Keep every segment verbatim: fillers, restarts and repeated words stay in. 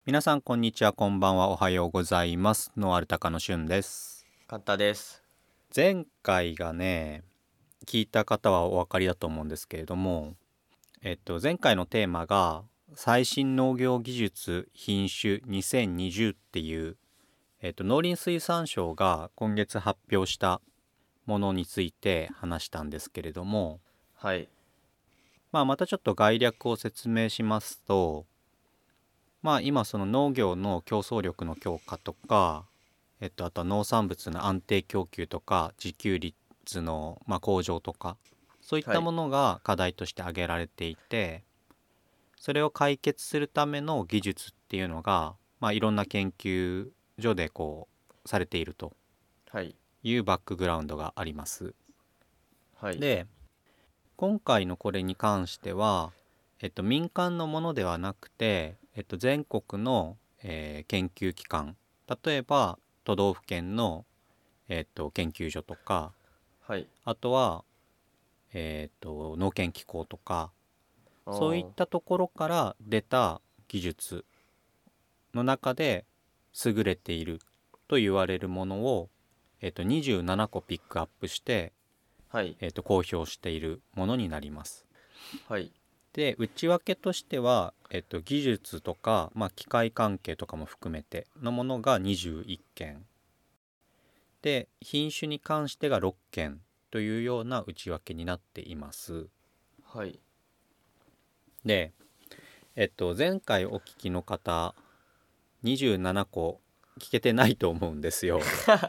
皆さんこんにちは、こんばんは、おはようございます。ノアルタカのしゅんです。 簡単です。 前回がね、聞いた方はお分かりだと思うんですけれども、えっと前回のテーマが最新農業技術品種にせんにじゅうっていう、えっと農林水産省が今月発表したものについて話したんですけれども、 はい。 まあまたちょっと概略を説明しますと、まあ今その農業の競争力の強化とか、えっと、あとは農産物の安定供給とか自給率のまあ向上とか、そういっはい。 たものが課題として挙げられていて、それを解決するための技術っていうのが、まあ、いろんな研究所でこうされているとはい。 いうバックグラウンドがあります。 はい。 で、今回のこれに関しては、えっと、民間のものではなくて、えっと、全国の、えー研究機関、例えば都道府県の、えっと、研究所とか、 はい。 あとは、えっと、農研機構とか、 あそういっーたところから出た技術の中で優れていると言われるものを、えっと、にじゅうななこピックアップして、 はい。 えっと、公表しているものになります。 はい。 で、内訳としては、えっと、技術とか、まあ、機械関係とかも含めてのものがにじゅういっけんで、品種に関してがろっけんというような内訳になっています。 はい。 で、えっと、前回お聞きの方、にじゅうななこ聞けてないと思うんですよ。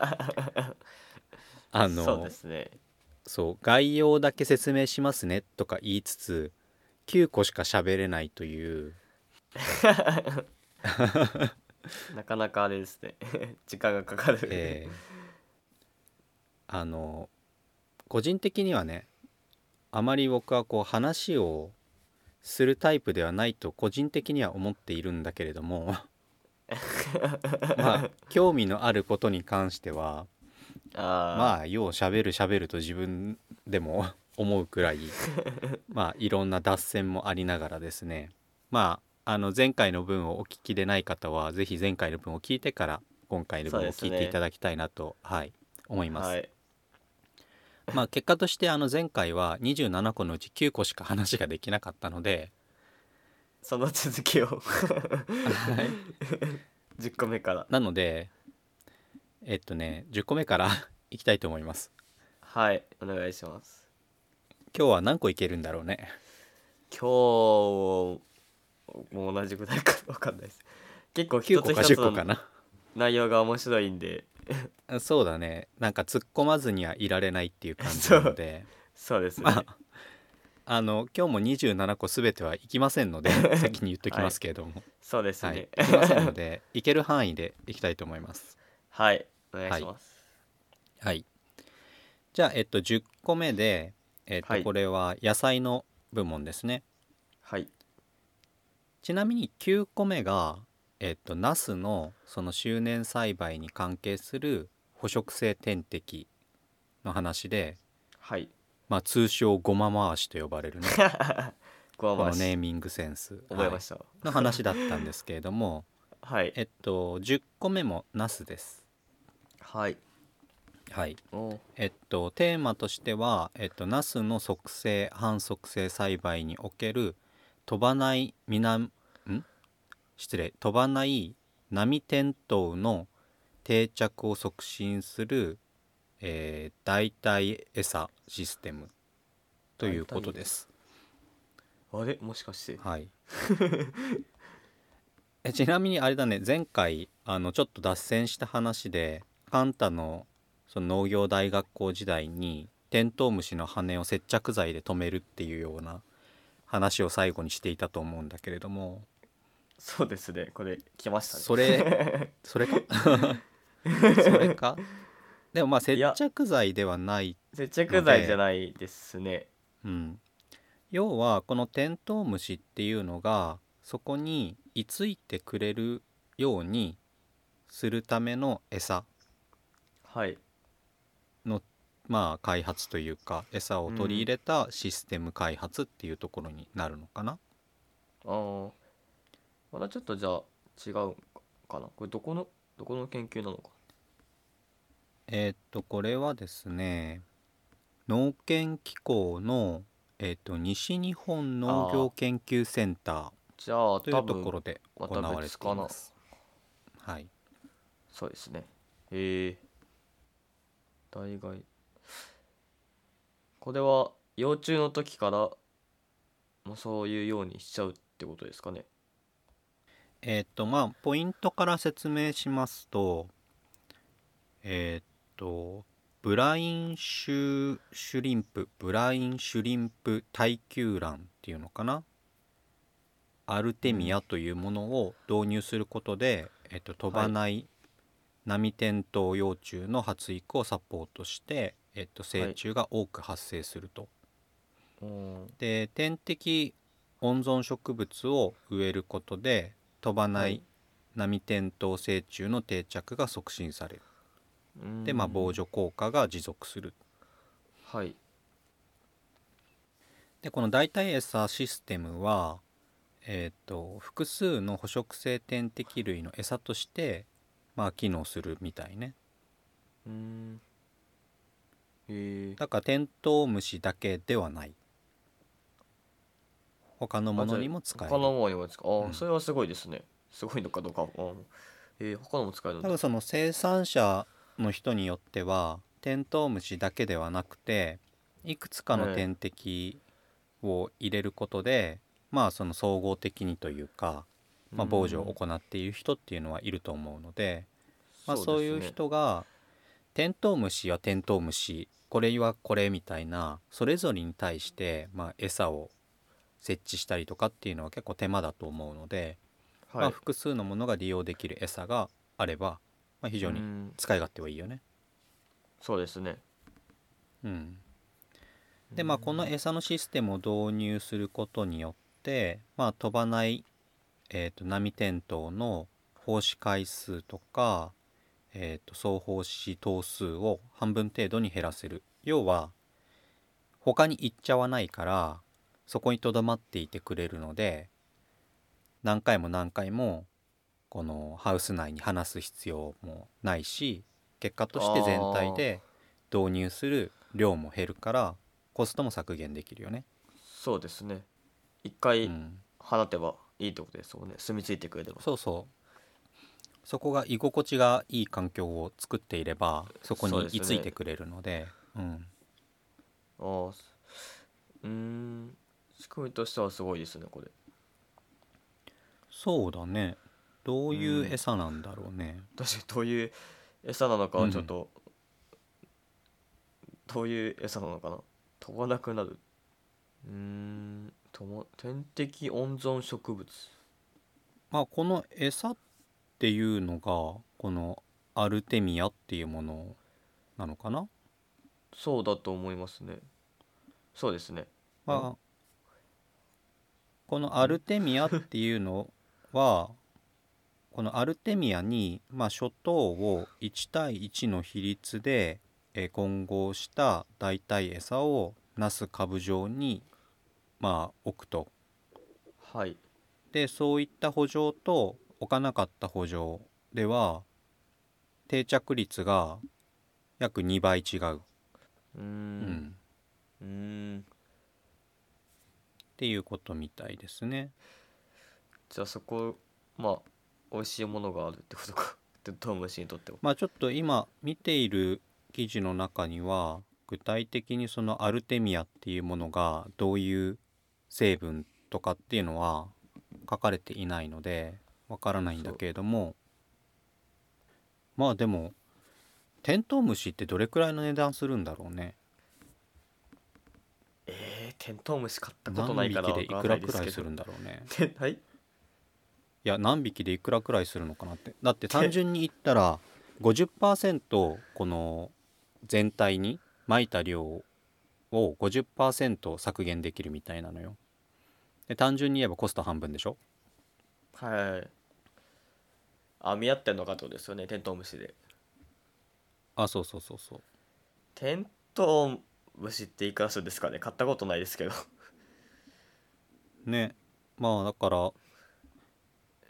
あそうでの、 すね。 そう、概要だけ説明しますねとか言いつつ、きゅうこしか喋れないという、 なかなかあれですね。時間がかかる。 えーあの、個人的にはね、あまり僕はこう話をするタイプではないと個人的には思っているんだけれどもまあ興味のあることに関してはあまあようしゃべるしゃべると自分でも思うくらい、まあいろんな脱線もありながらですね、まああの前回の分をお聞きでない方はぜひ前回の分を聞いてから今回あ、そうの分をですね。 聞いていただきたいなと、はい、思います。 はい。 まあ結果としてあの前回はにじゅうななこのうちきゅうこしか話ができなかったので、 その続きをはい、 じゅっこめから。 なのでえっとねじゅっこめからいきたいと思います。 はい。お願いします。 今日は何個いけるんだろうね。 今日も同じぐらいかわかんないです。結構 9 一個か10 つ一つの個かな。 内容が面白いんでそうだね、なんか突っ込まずにはいられないっていう感じそう、 なので、 そうですね。 まああの今日もにじゅうななこ全てはいきませんので先に言っときまはい。 すけれども、 そうですはい、 ね。 いきませんのでいける範囲でいきたいと思います。 はい。お願いはいします。 はい。じゃあえっとじゅっこめで、えっとはい。 これは野菜の部門ですね。 はい。 ちなみにきゅうこめがえっとナスのその周年栽培に関係する捕食性天敵の話で、 はい。 まあ通称ゴマ回しと呼ばれるね、このネーごま回し。 ミングセンス、はい、 覚えました。 の話だったんですけれども、 はい。 えっとじゅっこめもナスです。 はい。 はい。 おえっとテーマとしては、えっと、ナスの促成半促成栽培における飛ばない南ん失礼飛ばない波点灯の定着を促進する、えー代替餌システムとい大うこ体です。 とです。 あれもしかして。 はい。えちなみにあれだね、前回あのちょっと脱線した話でカンタのその農業大学校時代にテントウムシの羽を接着剤で留めるっていうような話を最後にしていたと思うんだけれども、 そうですね。これ、来ましたそれね。 それかそれか。でもまあ接いや、 着剤ではない接着剤じゃので、 ないですね。 うん、要はこのテントウムシっていうのがそこに居ついてくれるようにするための餌はい。 の、まあ開発というか餌を取り入うん。 れたシステム開発っていうところになるのかな。 ああ。まだちょっとじゃあ、 違うかな。これどこのどこの研究なのか。 えーっとこれはですね、農研機構の、えーっと西日本農業ああ、 研究センターじゃあというと多分ころでまた行われ別かな。 ています。はい。 そうですね。へえ、大概。これは幼虫の時からもうそういうようにしちゃうってことですかね。 えーっとまあポイントから説明しますと、えーっとブラインシュシュリンプブラインシュリンプ耐久卵っていうのかな、アルテミうん。 アというものを導入することで、えっと、飛はい。 ばない波点灯幼虫の発育をサポートして、えっと、成はい。 虫が多く発生すると。 うん。 で天敵温存植物を植えることで飛ばなはい。 い波点灯成虫の定着が促進される。 うーでまあ防ん。 除効果が持続する。 はい。 でこの代替餌システムは、えっと複数の捕食性天敵類の餌としてまあ機能するみたいね。 うーん。へえ。 だからテントウムシだけではない、他のもあ、じゃあのにも使える。 他のものにも使う。ああ、そうん、 れはすごいですね。すごいのかどうかは。うん。えー、他のも使えるんだ。 多分その生産者の人によってはテントウムシだけではなくていくつかのえ天敵を入れることでまあその総合的にというか、 ー、うーまあ、防除をん。 行っている人っていうのはいると思うので、まあ、 そうでそういうすね。 人がテントウムシはテントウムシこれはこれみたいなそれぞれに対して、まあ、餌を設置したりとかっていうのは結構手間だと思うので、まあ、 はい。 複数のものが利用できる餌があれば、まあ、非うー常にん。 使い勝手はいいよね。 そうですね。 うん、 うーでまあこのん。 餌のシステムを導入することによって、まあ、飛ばない、えーと波点灯の放飼回数とか、えーと総放飼頭数を半分程度に減らせる。要は他に行っちゃわないからそこにとどまっていてくれるので、何回も何回もこのハウス内に離す必要もないし、結果とあして全体あ、 で導入する量も減るからコストも削減できるよね。 そうですね。一回うん、 放てばいいってことですもんね。住み着いてくれれば。 そうそう。そこが居心地がいい環境を作っていればそこそうに居ですね。 ついてくれるので、うん、 ああ、すうーん。仕組みとしてはすごいですね、これ。 そうだね。どういううん。 餌なんだろうね。 確かにどういう餌なのかうん。 はちょっと、どういう餌なのかな。飛ばなくなる。うーん。とも、天敵温存植物。 まあこの餌っていうのがこのアルテミアっていうものなのかな。 そうだと思いますね。そうですね。んんまあこのアルテミアっていうのはこのアルテミアに、まあ、初等をいち対いちの比率で、えー混合した代替餌をナス株状に、まあ、置くと。 はい。 でそういった補助と置かなかった補助では定着率が約にばい違う、 うーん。 うん、 うーん。 っていうことみたいですね。 じゃあそこ、まあ、美味しいものがあるってことか。テントウムシにとっては。 まあちょっと今見ている記事の中には具体的にそのアルテミアっていうものがどういう成分とかっていうのは書かれていないのでわからないんだそう。 けれども、まあでもテントウムシってどれくらいの値段するんだろうね。 えー、テントウムシ買ったことないから何匹でわからないくらくいですけど。 らいするんだろうね。 て、はい。 いや何匹でいくらくらいするのかなって。だって単て、 純に言ったらごじゅっパーセントこの全体に撒いた量をごじゅっパーセント削減できるみたいなのよ。で単純に言えばコスト半分でしょ。 はい。あ、見合ってんのかってことですよね、テントウムシで。 あ、そうそうそうそテントウムシっていくらするんですかね。買ったことないですけど。 うね。まあだから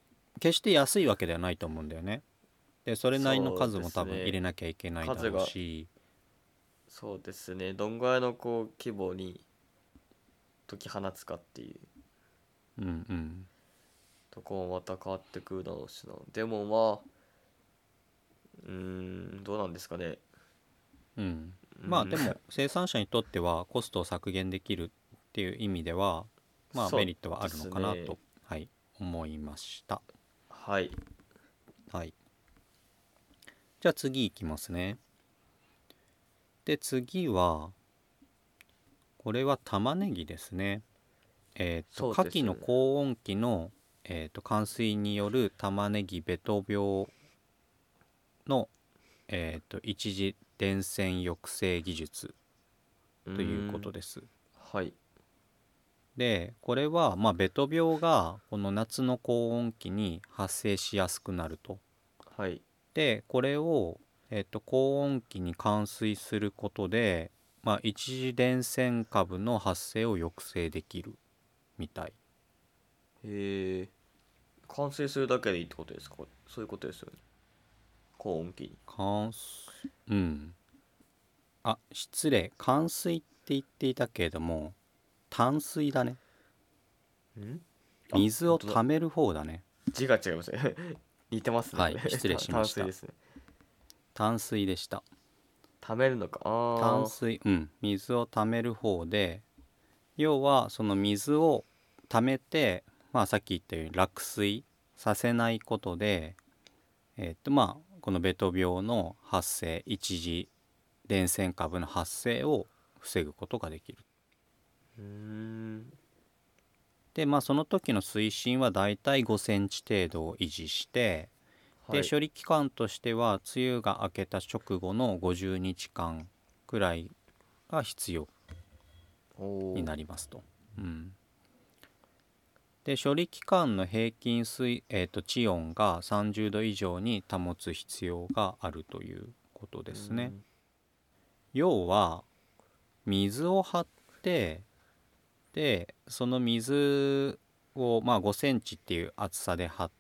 決して安いわけではないと思うんだよね。でそれなりの数も多分そうですね入れなきゃいけないだろう数がし、 そうですねどんぐらいのこう規模に解き放つかっていううんうんとこもまた変わってくるだろうしな。でもまあうーんどうなんですかね。 うんうんまあでも生産者にとってはコストを削減できるっていう意味ではまあそうメリットはあでるのすね。 かなと、はい、思いました。 はい。 はい、じゃあ次いきますね。で次はこれは玉ねぎですね。えっ、とそう牡蠣のですよね。 高温期の、えー、と冠水による玉ねぎベト病の、えー、と一次伝染抑制技術うーというこんとです。 はいでこれはまあベト病がこの夏の高温期に発生しやすくなると。 はいでこれを、えー、と高温期に冠水することで、まあ、一次伝染株の発生を抑制できるみたい。 へえ完成するだけでいいってことですか。そういうことですよね。高温期冠水うんあ失礼冠水って言っていたけれども淡水だね。 にんあ水本当だ。 を溜める方だね。 字が違いますね似てますねこれはい失礼しました。 淡水ですね。 淡水でした。 貯めるのかあ淡ー水うん水を溜める方で、要はその水を溜めて、まあ、さっき言ったように落水させないことで、えっとまあこのベト病の発生一次伝染株の発生を防ぐことができる。 うーんでまあその時の水深はだいたいごセンチ程度を維持して、ではい処理期間としては梅雨が明けた直後のごじゅうにちかんくらいが必要おにおなりますと。うんで処理期間の平均水、えー、と地温がさんじゅうど以上に保つ必要があるということうーですね。 ん要は水を張って、でその水をまあごセンチっていう厚さで張って、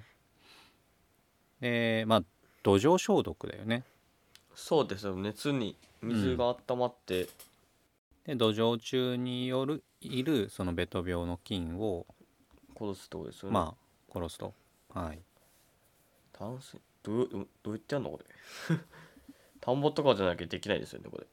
でまあ土壌消毒だよね。 そうですよ。熱に水が温まってで土壌中によるいるそのベト病の菌を殺すってことですよね。 まあ殺すと。はい。 淡水どうどうどうやってやんのこれ田んぼとかじゃなきゃできないですよねこれ。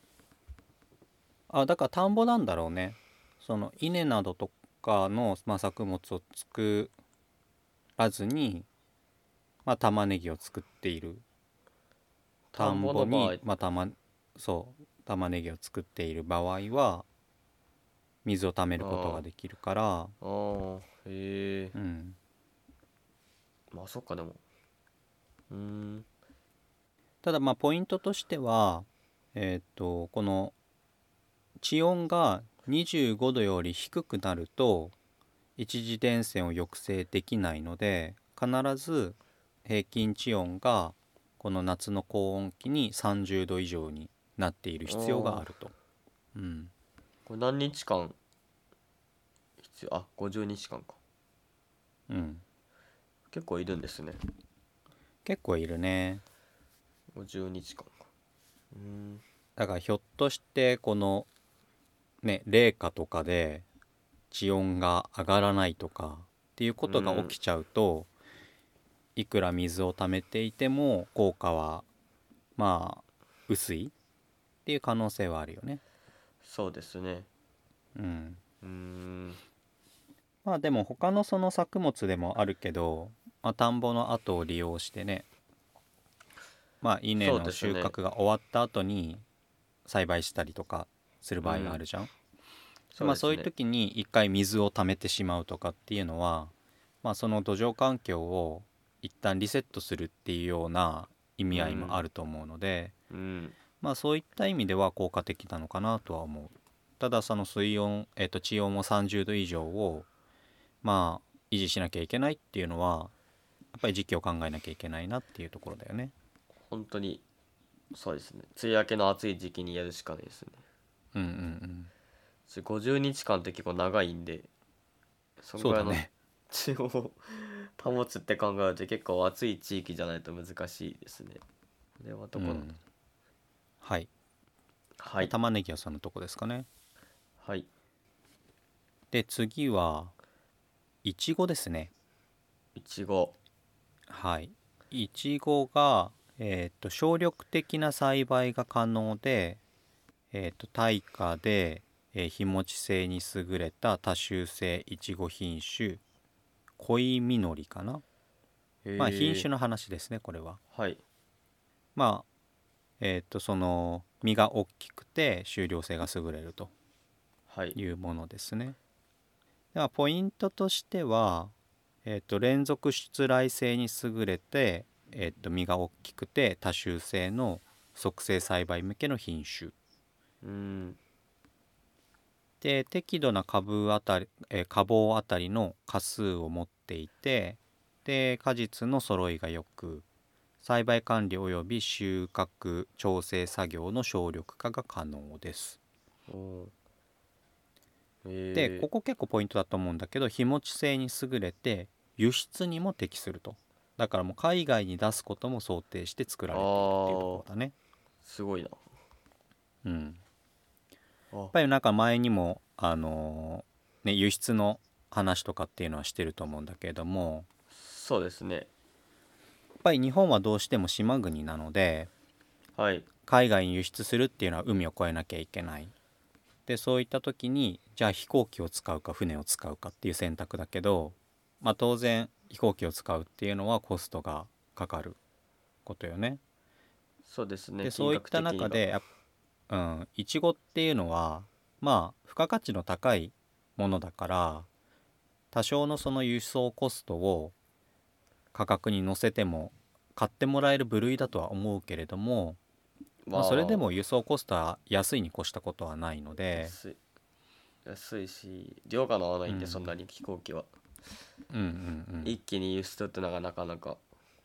あだから田んぼなんだろうね。その稲などとかの、まあ、作物を作らずに、まあ、玉ねぎを作っている田ん田んぼぼの場合に、まあ、たまそう玉ねぎを作っている場合は水を貯めることがあできるから、 あああへえうん、 まあそっかでもうーんただまあポイントとしては、えっとこの地温がにじゅうごどより低くなると一次伝染を抑制できないので、必ず平均地温がこの夏の高温期にさんじゅうど以上になっているあ必要があーると。うん、 これ何日間必要あごじゅうにちかんか。 うん、 結構いるんですね。 結構いるね。 ごじゅうにちかんか。うーんだからひょっとしてこのね冷夏とかで地温が上がらないとかっていうことがうーん起きちゃうと、いくら水を溜めていても効果はまあ薄いっていう可能性はあるよね。 そうですね。 うん。 うーんまあでも他のその作物でもあるけど、まあ、田んぼの跡を利用してね、まあ稲そうのですね。 収穫が終わった後に栽培したりとかする場合があうんるじゃん。でまあそういうそうですね。 時に一回水を溜めてしまうとかっていうのは、まあその土壌環境を一旦リセットするっていうような意味合いもうんあると思うので、 うんまあそういった意味では効果的なのかなとは思う。ただその水温、えっと地温もさんじゅうど以上をまあ維持しなきゃいけないっていうのはやっぱり時期を考えなきゃいけないなっていうところだよね。 本当にそうですね。梅雨明けの暑い時期にやるしかないですね。 うんうんうん。 それごじゅうにちかんって結構長いんでそんぐらいのそうだね。 血を保つって考えると結構暑い地域じゃないと難しいですね。これはどこだ、 うんはいはい玉ねぎはそのとこですかね。 はい。 で次はいちごですね。 いちご。 はいいちごがえっと省力的な栽培が可能でえっと耐夏で、えー日持ち性に優れた多種性いちご品種恋みのりかな。まあ品へえ。 種の話ですねこれは。 はい。 まあえっとその実が大きくて収量性が優れるとはい。 いうものですね。ではポイントとしては、えっと連続出来性に優れて、えっと実が大きくて多種性の促成栽培向けの品種うーん。 で適度な株あたり、えー花房あたりの価数を持っていてで果実の揃いが良く栽培管理及び収穫調整作業の省力化が可能です。 おー。 でへえ。 ここ結構ポイントだと思うんだけど日持ち性に優れて輸出にも適すると。だからもう海外に出すことも想定して作らあれているっていうとこー、 ろだね。 すごいな。 うんやっあ、 ぱりなんか前にもあのーね輸出の話とかっていうのはしてると思うんだけれどもそうですね。 やっぱり日本はどうしても島国なのではい。 海外に輸出するっていうのは海を越えなきゃいけない。でそういった時にじゃあ飛行機を使うか船を使うかっていう選択だけど、まあ、当然飛行機を使うっていうのはコストがかかることよね。 そうですね。 で金そういった額的にが。 中でやっうん、いちごっていうのはまあ付加価値の高いものだから多少のその輸送コストを価格に乗せても買ってもらえる部類だとは思うけれども、 ままあ、それでもあ、 輸送コストは安いに越したことはないので、 安い。安いし、量が乗らないんで、そうん、 んなに飛行機は。 うんうんうん一気に輸出ってのがなかなか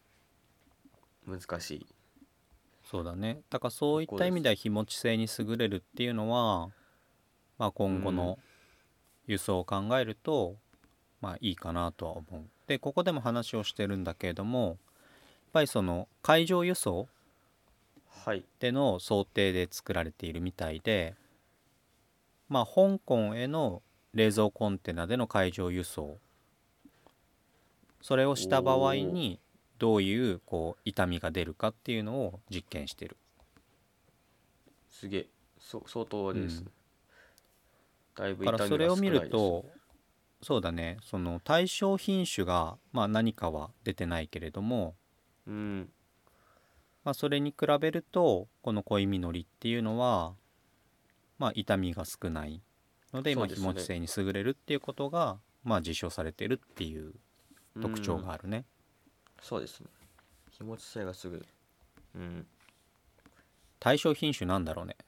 難しいそうだね。だからそういっとこです。 た意味では日持ち性に優れるっていうのは、まあ、 うん。 今後の輸送を考えるとまあいいかなとは思う。でここでも話をしてるんだけれどもやっぱりその海上輸送はい。 での想定で作られているみたいでまあ香港への冷蔵コンテナでの海上輸送それをおした場合お、 にどういうこう痛みが出るかっていうのを実験してる。 すげえ。そ、相当あれですね。 うん。 だいぶだから痛みがそれを見少ないですね。 るとそうだねその対象品種がまあ何かは出てないけれども、 うん。 まあ、それに比べるとこの恋みのりっていうのはまあ痛みが少ないので、まあ、日そうですね。 持ち性に優れるっていうことがまあ実証されてるっていうう特徴ん。 があるね。 そうですね。日持ち性がすぐ。うん。 対象品種なんだろうね。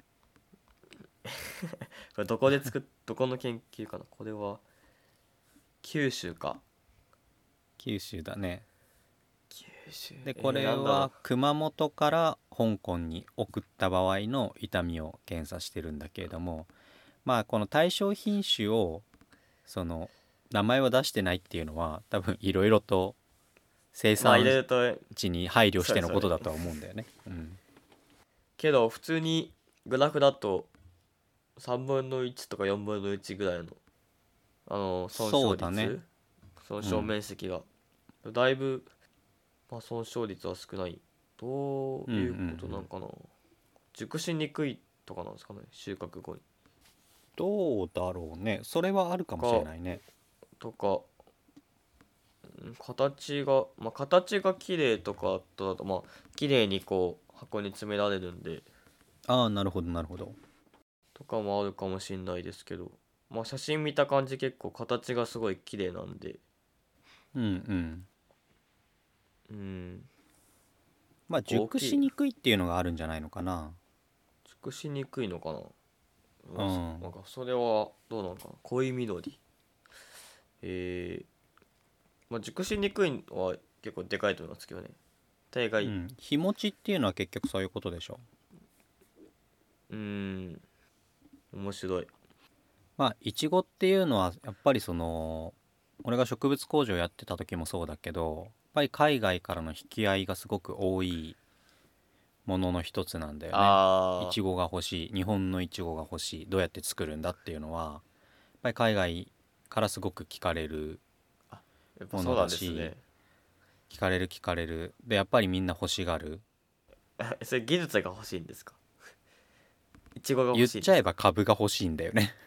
これどこで作っ、どこの研究かな、これは。九州か。 九州だね。 九州。 でこえー、なんだろれは熊本から香港に送った場合の痛みを検査してるんだけれどもまあこの対象品種をその名前を出してないっていうのは多分いろいろと生う。まあ入産れると、 地に配慮してそうですよね。 のことだとは思うんだよね。うん、 けど、普通にグラフだとさんぶんのいちとかよんぶんのいちぐらいの、あの、損そうだね。 傷率、損傷うん、 面積が、だいぶ、まあ、損傷率は少ない。どうんうんうういうことなんん。 かな。熟しにくいとかなんですかね、収穫後に。 どうだろうね。それはあるかもしれか、 ないね。 とか、うん形が、まあ、形が綺麗とかとだと、まあ、綺麗にこう、箱に詰められるんで、 ああ、なるほどなるほど。 とかもあるかもしんないですけど、まあ、写真見た感じ結構形がすごい綺麗なんで、 うんうん。 うん、 まあ大きい。 熟しにくいっていうのがあるんじゃないのかな。 熟しにくいのかな。まあ、そうんなんかそれはどうなのかな。濃い緑。えー、まあ、熟しにくいのは結構でかいと思いますけどね。大概、 うん。日持ちっていうのは結局そういうことでしょ。 うーん、面白い。 まあいちごっていうのはやっぱりその俺が植物工場やってた時もそうだけど、やっぱり海外からの引き合いがすごく多いものの一つなんだよね。いあちごが欲しい、日本のいちごが欲しい、どうやって作るんだっていうのはやっぱり海外からすごく聞かれるーあ、やっぱものそうなだし、 んですね。 聞かれる聞かれるで、やっぱりみんな欲しがる。 それ技術が欲しいんですか？いちごが欲言っしいんですか？ ちゃえば株が欲しいんだよね。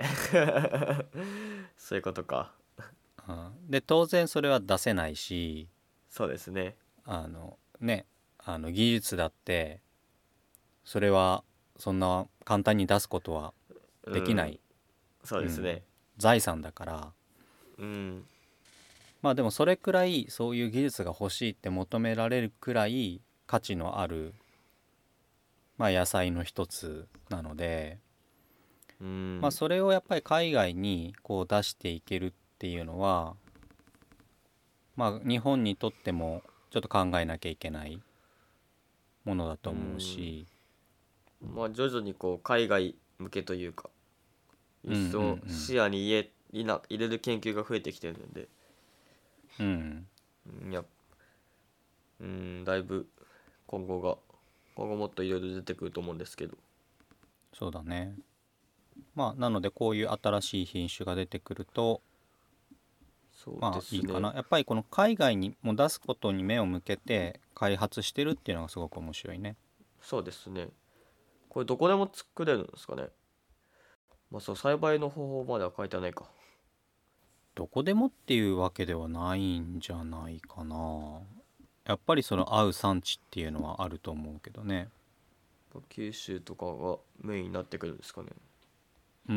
そういうことか。 うん、で当然それは出せないし、 そうですね。 あのねあの技術だってそれはそんな簡単に出すことはうん、 できない、うん、 そうですね。 財産だから。 うん、 まあでもそれくらいそういう技術が欲しいって求められるくらい価値のある、まあ、野菜の一つなので、 うまあ、 ん、 それをやっぱり海外にこう出していけるっていうのは、まあ、日本にとってもちょっと考えなきゃいけないものだうと思うん。 し。 まあ徐々にこう海外向けというか、輸うんうんう出をん視野に入れ、いな入れる研究が増えてきてるので、 うん。 うん、やっうん、だいぶ今後が今後もっといろいろ出てくると思うんですけど。 そうだね。まあなのでこういう新しい品種が出てくるとそうでまあいいかすね。 な。やっぱりこの海外にも出すことに目を向けて開発してるっていうのがすごく面白いね。 そうですね。これどこでも作れるんですかね？まあそう、栽培の方法までは書いてないか。 どこでもっていうわけではないんじゃないかな。やっぱりその合う産地っていうのはあると思うけどね。 九州とかがメインになってくるんですかね？ うん。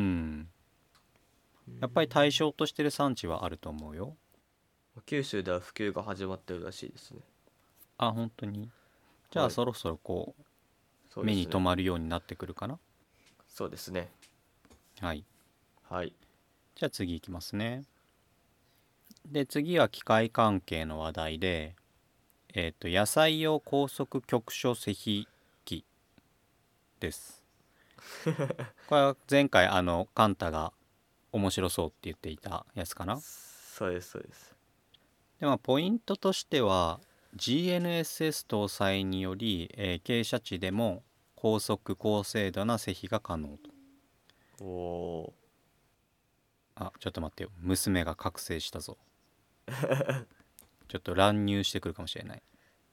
やっぱり対象としてる産地はあると思うよ。 九州では普及が始まってるらしいですね。 あ、本当に。じゃはい。 あそろそろこう目にそうですね。 留まるようになってくるかな。 そうですね。 はい。 はい。 じゃあ次いきますね。で次は機械関係の話題で、えっと野菜用高速局所施肥機です。これは前回あのカンタが面白そうって言っていたやつかな。 そうです、そうです。 でまあポイントとしては ジーエヌエスエス 搭載により、えー傾斜地でも高速高精度な施肥が可能と。 おおあ、ちょっと待ってよ、娘が覚醒したぞ。ちょっと乱入してくるかもしれない。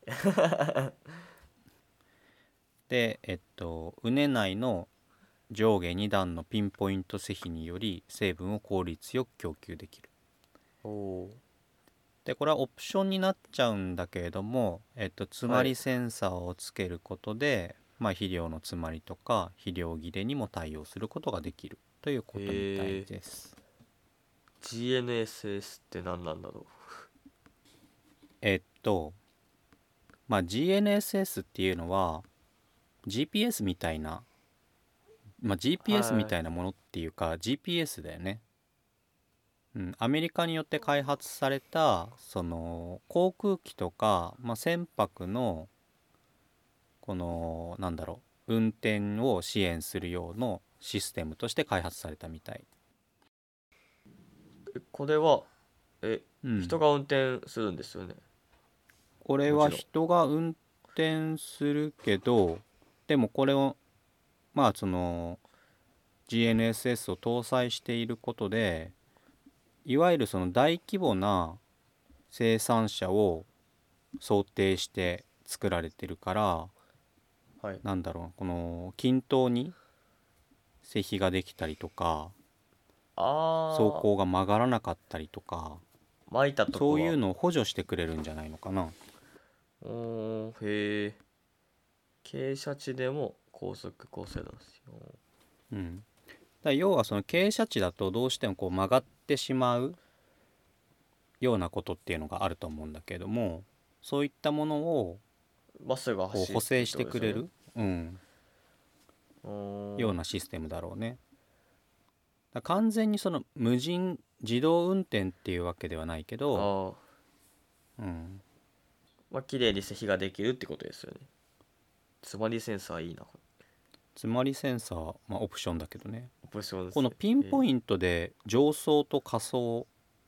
でえっと畝内の上下に段のピンポイント施肥により成分を効率よく供給できる。 ー。おー。 でこれはオプションになっちゃうんだけれども、えっと、詰まはい。 りセンサーをつけることで、まあ、肥料の詰まりとか肥料切れにも対応することができるということみたいへえ。 です。 ジーエヌエスエス って何なんだろえっとまあ ジーエヌエスエス っていうのは ジーピーエス みたいな、まあ、 う。 ジーピーエス みはい。 たいなものっていうか ジーピーエス だよね。うん、アメリカによって開発されたその航空機とか、まあ、船舶のこのなんだろう運転を支援するようなシステムとして開発されたみたい。 えこれは、え、 うん。 人が運転するんですよね？ これはもちろん。 人が運転するけど、でもこれをまあその ジーエヌエスエス を搭載していることで、いわゆるその大規模な生産者を想定して作られてるから、 はい。 なんだろう、この均等に施肥ができたりとか、走あ行が曲がらなかったりとか、 ー、巻いたとこは。 そういうのを補助してくれるんじゃないのかな。 おー、へえ。傾斜地でも高速構成なんですよ。 うん、だから要はその傾斜地だとどうしてもこう曲がってしまうようなことっていうのがあると思うんだけれども、そういったものをバスがこう走ってるっ補正してことですよね。 てくれる、うん、 うーん。 ようなシステムだろうね。だから完全にその無人自動運転っていうわけではないけど、 ああ。 うん、 まあ、綺麗に施肥ができるってことですよね。詰まりセンサーいいな、こつまりセンサー、まあ、オプションだけどね。 れ。オプションですね。 このピンへえ。 ポイントで上層と下層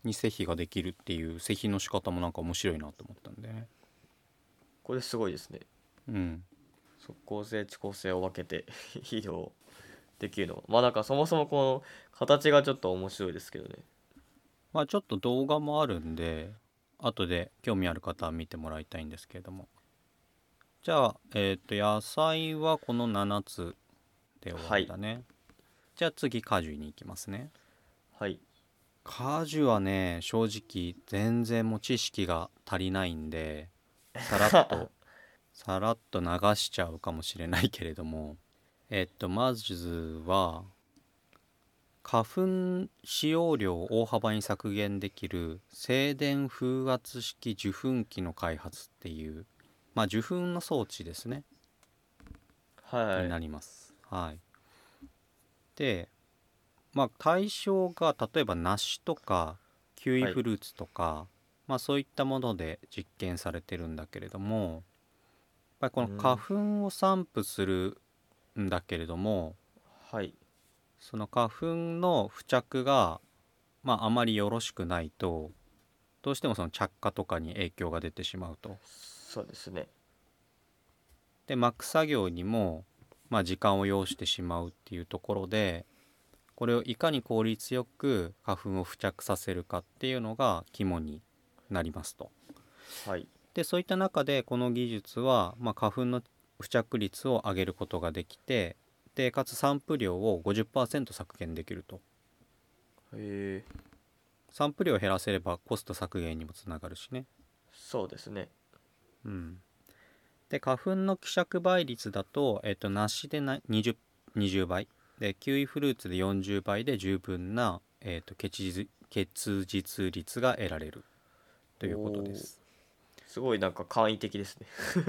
に施肥ができるっていう施肥の仕方もなんか面白いなと思ったんでね。 これすごいですね。 うん速効性遅効性を分けて肥料できるの。まあなんかそもそもこの形がちょっと面白いですけどね。 まあちょっと動画もあるんで後で興味ある方は見てもらいたいんですけれども、じゃあえっ、と野菜はこのななつで終わはいりだね。じゃあ次果樹に行きますね。 はい。 果樹はね正直全然もう知識が足りないんでさらっとさらっと流しちゃうかもしれないけれども、えっとまずは花粉使用量を大幅に削減できる静電風圧式受粉機の開発っていう、まあ受粉の装置ですねになはい。 ります。はい。で、まあ対象が例えば梨とかキウイはい。 フルーツとか、まあそういったもので実験されてるんだけれども、やっぱりこの花うん。 粉を散布するんだけれども、 はい。 その花粉の付着が、まあ、あまりよろしくないとどうしてもその着火とかに影響が出てしまうと。 そうですね。 で巻く作業にも、まあ、時間を要してしまうっていうところで、これをいかに効率よく花粉を付着させるかっていうのが肝になりますと。 はい。 でそういった中でこの技術は、まあ、花粉の付着率を上げることができて、でかつ散布量をごじゅっパーセント削減できると。 へえ。 散布量を減らせればコスト削減にもつながるしね。 そうですね。 うん。で花粉の希釈倍率だと、えっと、梨でな 20, にじゅうばいでキウイフルーツでよんじゅうばいで十分な、えっと、結実結実率が得られるとおいうことでお。 す。 すごいなんか簡易的ですね。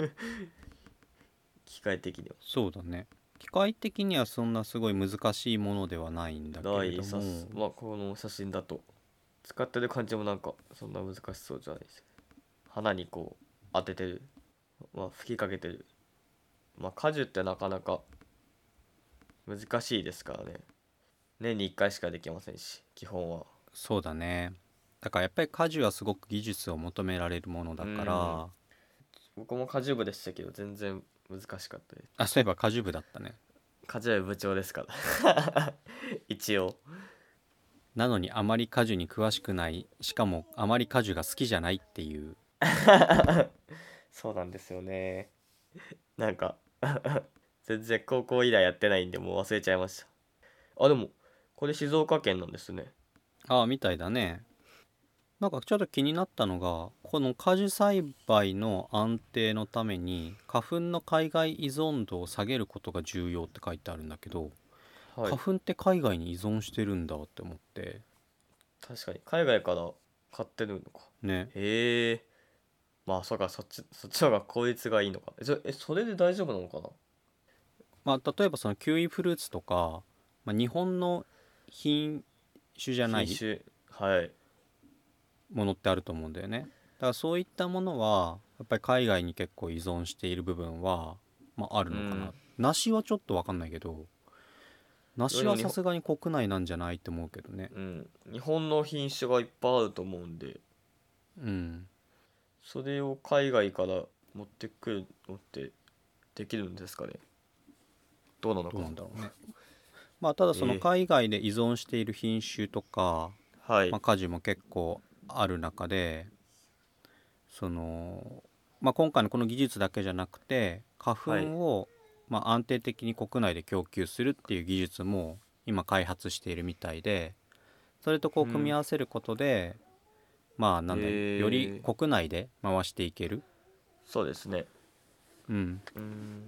機械的には。 そうだね。機械的にはそんなすごい難しいものではないんだけれないさす。 ども、 まあこの写真だと使ってる感じもなんかそんな難しそうじゃないです。花にこう当ててる。まあ吹きかけてる。まあ果樹ってなかなか難しいですからね。年にいっかいしかできませんし、基本は。 そうだね。だからやっぱり果樹はすごく技術を求められるものうだかん。 ら、 僕も果樹部でしたけど全然難しかったです。 あ、そういえば果樹部だったね。 果樹部部長ですから一応。 なのにあまり果樹に詳しくない、しかもあまり果樹が好きじゃないっていう。 そうなんですよね。なんか全然高校以来やってないんでもう忘れちゃいました。あ、でもこれ静岡県なんですね。 ああみたいだね。なんかちょっと気になったのが、この果樹栽培の安定のために花粉の海外依存度を下げることが重要って書いてあるんだけど、 はい。 花粉って海外に依存してるんだって思って。 確かに海外から買ってるのか。 ね。 へえ。まあそうか、そっちそっちの方が効率がいいのか。えそえそれで大丈夫なのかな。 まあ例えばそのキウイフルーツとか、まあ、日本の品種じゃない品種。はい。 ものってあると思うんだよね。だからそういったものはやっぱり海外に結構依存している部分は、まあ、あるのかな。 うん。 梨はちょっと分かんないけど、梨はいやでも日本、 さすがに国内なんじゃないって思うけどね。 うん、日本の品種がいっぱいあると思うんで、 うん、 それを海外から持ってくるのってできるんですかね。どうなのどうか。 なんだろうね。まあただそのえ海外で依存している品種とか、 ー、はい。 まあ、果樹も結構ある中で、その、まあ、今回のこの技術だけじゃなくて花粉はい。 をまあ安定的に国内で供給するっていう技術も今開発しているみたいで、それとこう組みうん。 合わせることで、まあなんだよりえー、 国内で回していける、 そうですね。 うん、 うん。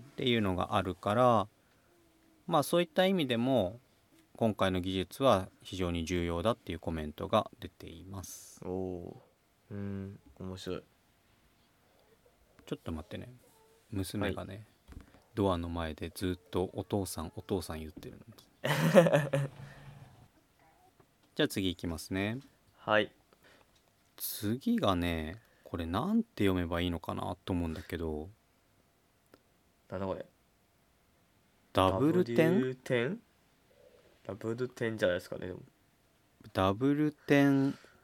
っていうのがあるから、まあそういった意味でも今回の技術は非常に重要だっていうコメントが出ています。 おおー。うん。面白い。 ちょっと待ってね、 はい。 娘がねドアの前でずっとお父さんお父さん言ってるんです。じゃあ次いきますね。 はい。 次がね、これなんて読めばいいのかなと思うんだけど、 なんだこれ。 ダブルテンダブリューテン？ ダブルテンじゃないですかね。でもダブルテン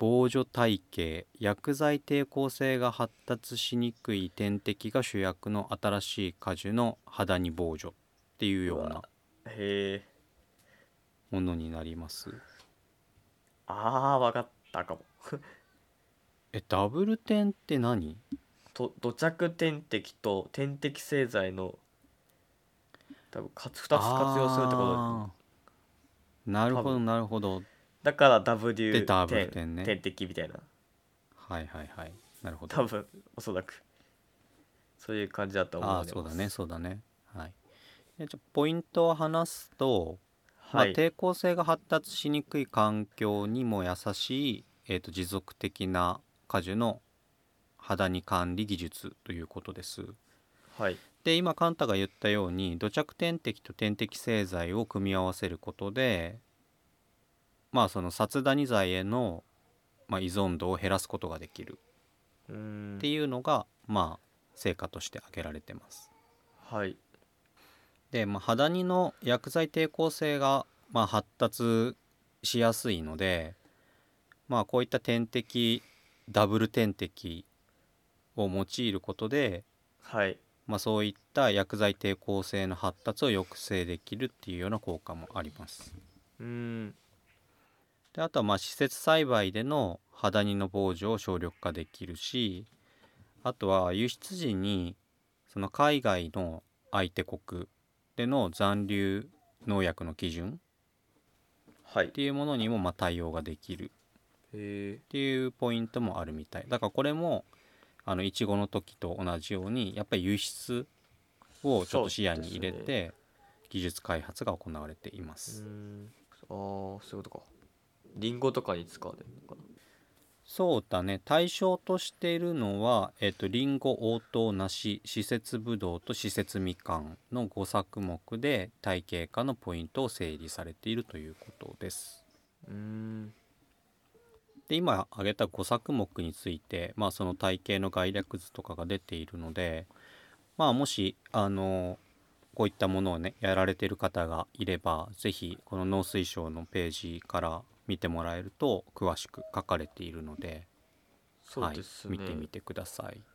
防除体系、薬剤抵抗性が発達しにくい点滴が主役の新しい果樹の肌に防除っていうようなへえ。 ものになります。 ああ、わかったかも。 え、ダブル点って何？ と土着点滴と点滴製剤の多分かつふたつ活用するってことだよね。 あー、なるほど多分なるほど。 だからでダブリューダブル点点ね。 点滴みたいな。 はいはいはい。なるほど。 多分おそらくそういう感じだと思ああ、 われそうだねます。 そうだね。はい。でちょポイントを話すと、まあ、 はい。 抵抗性が発達しにくい環境にも優しい、えーと持続的な果樹の肌に管理技術ということです。 はい。 で今カンタが言ったように土着点滴と点滴製剤を組み合わせることで、まあその殺ダニ剤への、まあ、依存度を減らすことができるうーってん。 いうのがまあ成果として挙げられてます。 はい。 で、まあ、肌にの薬剤抵抗性が、まあ、発達しやすいので、まあ、こういった点滴ダブル点滴を用いることで、 はい。 まあ、そういった薬剤抵抗性の発達を抑制できるっていうような効果もあります。 うーん。 であとはまあ施設栽培での肌にの防除を省力化できるし、あとは輸出時にその海外の相手国での残留農薬の基準はい。 っていうものにもまあ対応ができるへえ。 っていうポイントもあるみたい。だからこれもあのいちごの時と同じようにやっぱり輸出をちょっそうと視野にですね。 入れて技術開発が行われていまうーす。 ん。ああ、そういうことか。リンゴとかに使われるのかそうだね。対象としているのは、えっと、リンゴ、応答、梨、施設ぶどうと施設みかんのご作目で体系化のポイントを整理されているということです。 な。うーん。 で、今挙げたご作目について、まあその体系の概略図とかが出ているので、まあもし、あの、こういったものをね、やられている方がいれば、ぜひこの農水省のページから見てもらえると詳しく書かれているので、 そうではい、 すね。 見てみてください。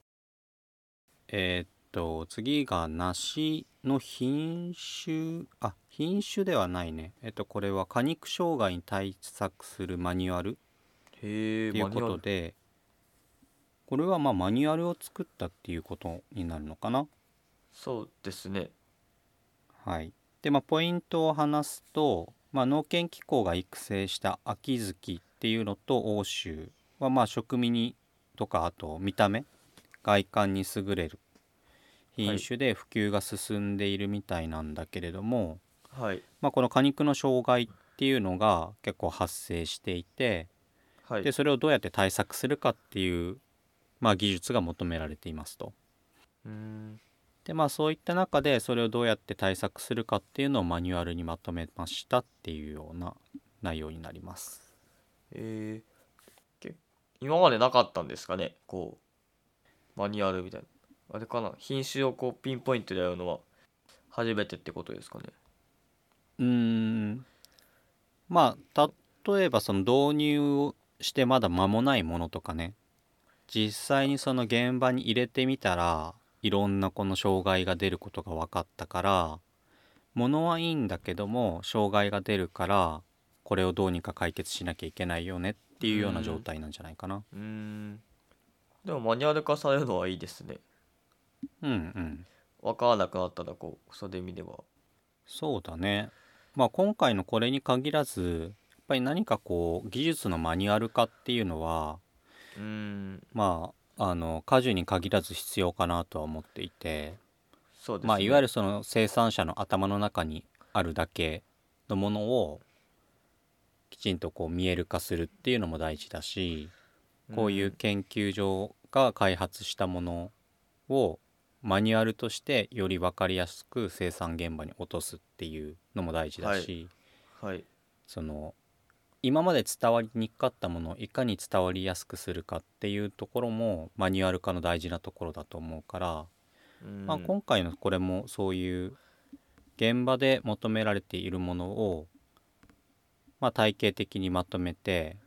えーっと、次が梨の品種、あ、品種ではないね。えっと、これは果肉障害に対策するマニュアルっへえ、 ていうこマニュアル。 とで、これはまあマニュアルを作ったっていうことになるのかな。 そうですね。 はい。で、まあ、ポイントを話すと、まあ、農研機構が育成した秋月っていうのと欧州は、まあ、食味にとか、あと見た目、外観に優れるはい。 品種で普及が進んでいるみたいなんだけれども、 はい。 まあ、この果肉の障害っていうのが結構発生していて、 はい。 で、それをどうやって対策するかっていう、まあ、技術が求められていますと。 うーん。 でまあそういった中でそれをどうやって対策するかっていうのをマニュアルにまとめましたっていうような内容になります。 えー、け今までなかったんですかね、こう、マニュアルみたいな。あれかな、品種をこうピンポイントでやるのは初めてってことですかね。 うーんまあ例えばその導入をしてまだ間もないものとかね、実際にその現場に入れてみたらいろんなこの障害が出ることが分かったから、ものはいいんだけども障害が出るからこれをどうにか解決しなきゃいけないよねっうーていうような状ん。 態なんじゃないかな。 うーん。でもマニュアル化されるのはいいですね。 うんうん。 わからなくなったらこう、それで見れば。 そうだね。まあ今回のこれに限らず、やっぱり何かこう技術のマニュアル化っていうのは、 うーん。 まああの果樹に限らず必要かなとは思っていて、まあいわゆそうですね。 るその生産者の頭の中にあるだけのものをきちんとこう見える化するっていうのも大事だし、こういううん。 研究所が開発したものをマニュアルとしてより分かりやすく生産現場に落とすっていうのも大事だはい。 し、 はい。 その今まで伝わりにくかったものをいかに伝わりやすくするかっていうところもマニュアル化の大事なところだと思うから、まあ、 うん。 今回のこれもそういう現場で求められているものを、まあ、体系的にまとめて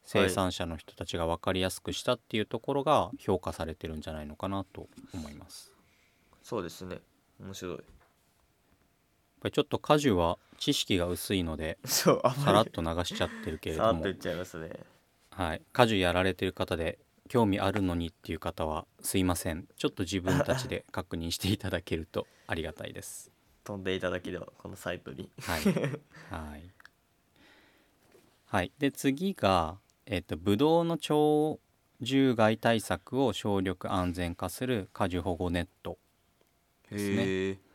生産者の人たちが分かりやすくしたっていうところが評価されてるんじゃないのかなと思います。 そうですね。面白い。 やっぱりちょっと果樹は知識が薄いのでそうあんさらっまりと流しちゃってるけれさども、 らっと言っちゃいますね。 はい、果樹やられてる方で興味あるのにっていう方はすいません、ちょっと自分たちで確認していただけるとありがたいです。 飛んでいただければこのサイトに。 はいはいはい。で次が、えっと、ブドウの鳥獣害対策を省力安全化する果樹保護ネットですね。 へえ。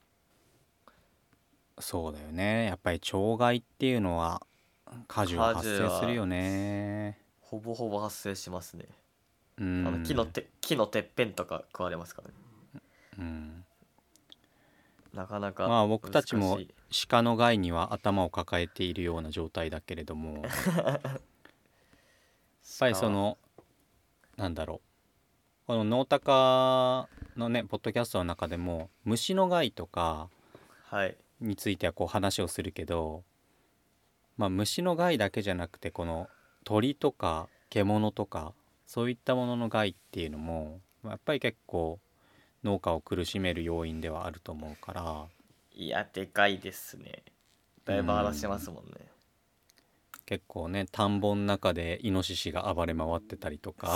そうだよね、やっぱり鳥害っていうのは果樹は果発樹は生するよね。 ほぼほぼ発生しますね。 うあの木のんて木のてっぺんとか食われますからね。 うんなかなかまあ僕たちも難しい。 鹿の害には頭を抱えているような状態だけれども、やっぱりそ鹿のなんだろう、このノータカのねポッドキャストの中でも虫の害とかはいについてはこう話をするけど、まあ虫の害だけじゃなくてこの鳥とか獣とかそういったものの害っていうのもまあやっぱり結構農家を苦しめる要因ではあると思うから、 いやでかいですね。だいぶ荒らしてますうんもんね。 結構ね田んぼの中でイノシシが暴れ回ってたりとか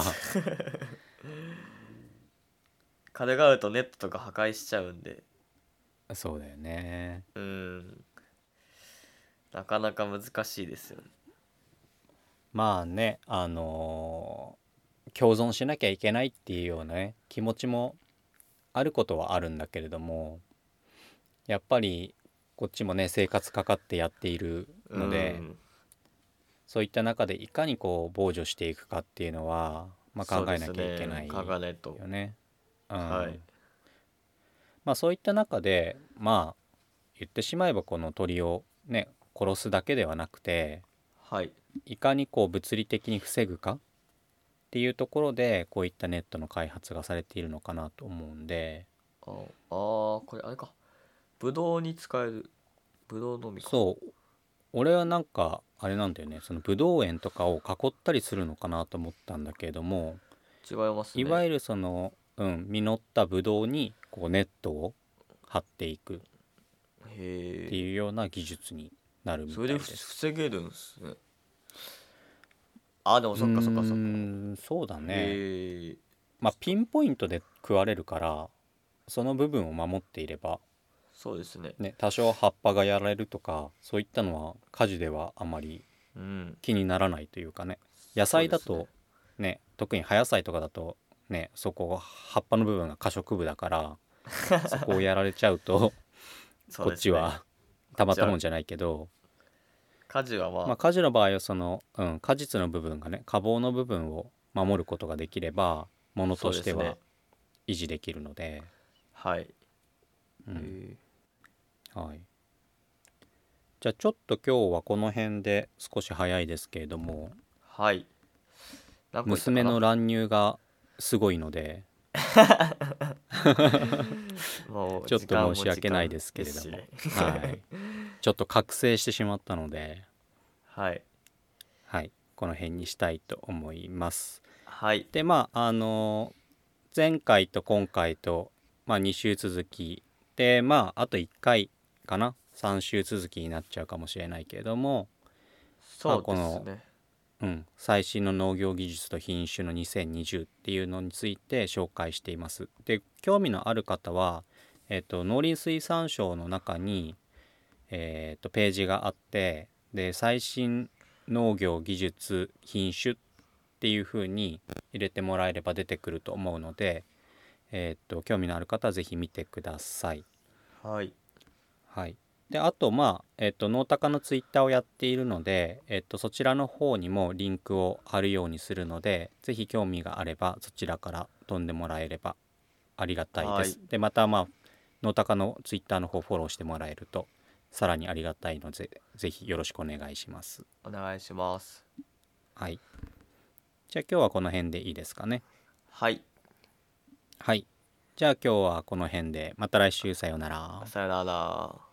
風があるとネットとか破壊しちゃうんで、 そうだよね。 うーんなかなか難しいですよね。 まあねあのー共存しなきゃいけないっていうようなね気持ちもあることはあるんだけれども、やっぱりこっちもね生活かかってやっているうーので、 んそういった中でいかにこう防除していくかっていうのは、まあ、 そうです考えなきゃいけなね。 い考えないと。 よね。うんはいまあそういった中でまあ言ってしまえばこの鳥をね殺すだけではなくて、 はいいかにこう物理的に防ぐかっていうところでこういったネットの開発がされているのかなと思うんで、 ああーこれあれか。ブドウに使える。ブドウのみか。 そう俺はなんかあれなんだよね、そのブドウ園とかを囲ったりするのかなと思ったんだけれども、 違いますね。 いわゆるその、うん、実ったブドウにこうネットを張っていくっへえ。 ていうような技術になるみそれでたいです。 防げるんすね。あでもうーそっかそっかそっか。 んそうだね。 へえ。 まあピンポイントで食われるからその部分を守っていればそうですね。 ね、多少葉っぱがやられるとかそういったのは果樹ではあまりうん気にならないというかね。野そうですね。 菜だとね特に葉野菜とかだとねそこ葉っぱの部分が可食部だからそこをやられちゃうとこっそうですね。 ちはたまっじゃあたもんじゃないけど、 果樹はままあ果樹の場合はその、うん、果実の部分がね果房の部分を守ることができればもあのとしてはそうですね。 維持できるので、 はい。へうんえ。 はい、じゃあちょっと今日はこの辺で少し早いですけれども、 はい。何個いったかな。 娘の乱入がすごいのでもうちょっ時間と申しも時間訳ないですけれども、 ですしね。 はいちょっと覚醒してしまったので、 はい。 はいこの辺にしたいと思います。 はい。 でまああの前回と今回と、まあ、に週続きでまああといっかいかなさん週続きになっちゃうかもしれないけれども、まそうあこの、 ですね。 うん、最新の農業技術と品種のにせんにじゅうっていうのについて紹介しています。で興味のある方は、えっと、農林水産省の中に、えっと、ページがあって、で最新農業技術品種っていう風に入れてもらえれば出てくると思うので、えっと興味のある方はぜひ見てください。 はい。 はい、であとまあ、えっとノータカのツイッターをやっているので、えっとそちらの方にもリンクを貼るようにするので、ぜひ興味があればそちらから飛んでもらえればありがたいではい。 す。でまたまあノータカのツイッターの方フォローしてもらえるとさらにありがたいので、ぜひよろしくお願いします。 お願いします。 はい、じゃあ今日はこの辺でいいですかね。 はい。 はい、じゃあ今日はこの辺で、また来週さようなら。 さよなら。